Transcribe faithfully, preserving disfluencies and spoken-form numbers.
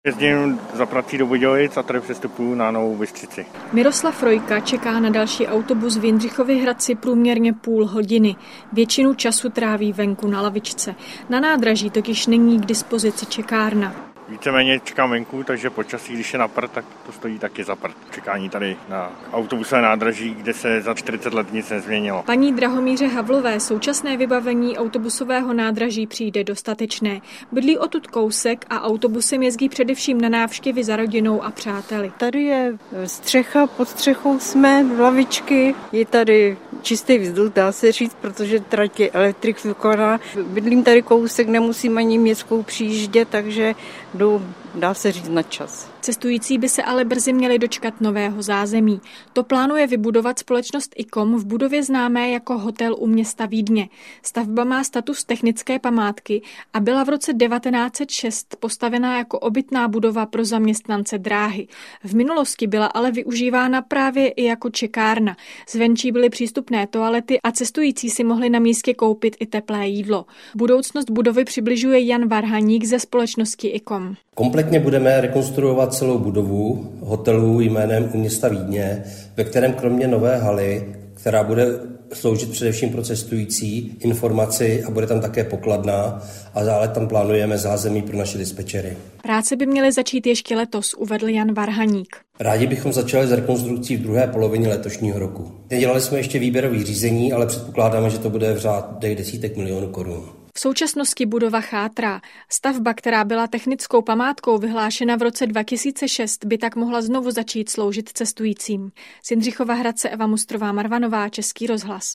Jezdím za prací do Budějovic a tady přestupuju na Novou Bystřici. Miroslav Rojka čeká na další autobus v Jindřichově Hradci průměrně půl hodiny. Většinu času tráví venku na lavičce. Na nádraží totiž není k dispozici čekárna. Víceméně čekám venku, takže počasí, když je na prd, tak to stojí taky za prd. Čekání tady na autobusové nádraží, kde se za čtyřicet let nic nezměnilo. Paní Drahomíře Havlové současné vybavení autobusového nádraží přijde dostatečné. Bydlí odtud kousek a autobusem jezdí především na návštěvy za rodinou a přáteli. Tady je střecha, pod střechou jsme, lavičky, je tady čistý vzduch, dá se říct, protože trať je elektrifikovaná. Bydlím tady kousek, nemusím ani městskou přijíždět, takže jdu, dá se říct, na čas. Cestující by se ale brzy měli dočkat nového zázemí. To plánuje vybudovat společnost ICOM v budově známé jako Hotel u města Vídně. Stavba má status technické památky a byla v roce devatenáct set šest postavená jako obytná budova pro zaměstnance dráhy. V minulosti byla ale využívána právě i jako čekárna. Zvenčí byly přístupné toalety a cestující si mohli na místě koupit i teplé jídlo. Budoucnost budovy přibližuje Jan Varhaník ze společnosti ICOM. Kompletně budeme rekonstruovat celou budovu hotelu jménem u města Vídně, ve kterém kromě nové haly, která bude sloužit především pro cestující, informaci a bude tam také pokladna a dále tam plánujeme zázemí pro naše dispečery. Práce by měly začít ještě letos, uvedl Jan Varhaník. Rádi bychom začali s rekonstrukcí v druhé polovině letošního roku. Nedělali jsme ještě výběrový řízení, ale předpokládáme, že to bude v řádech desítek milionů korun. V současnosti budova chátrá. Stavba, která byla technickou památkou vyhlášena v roce dva tisíce šest, by tak mohla znovu začít sloužit cestujícím. Z Jindřichova Hradce Eva Mustrová Marvanová, Český rozhlas.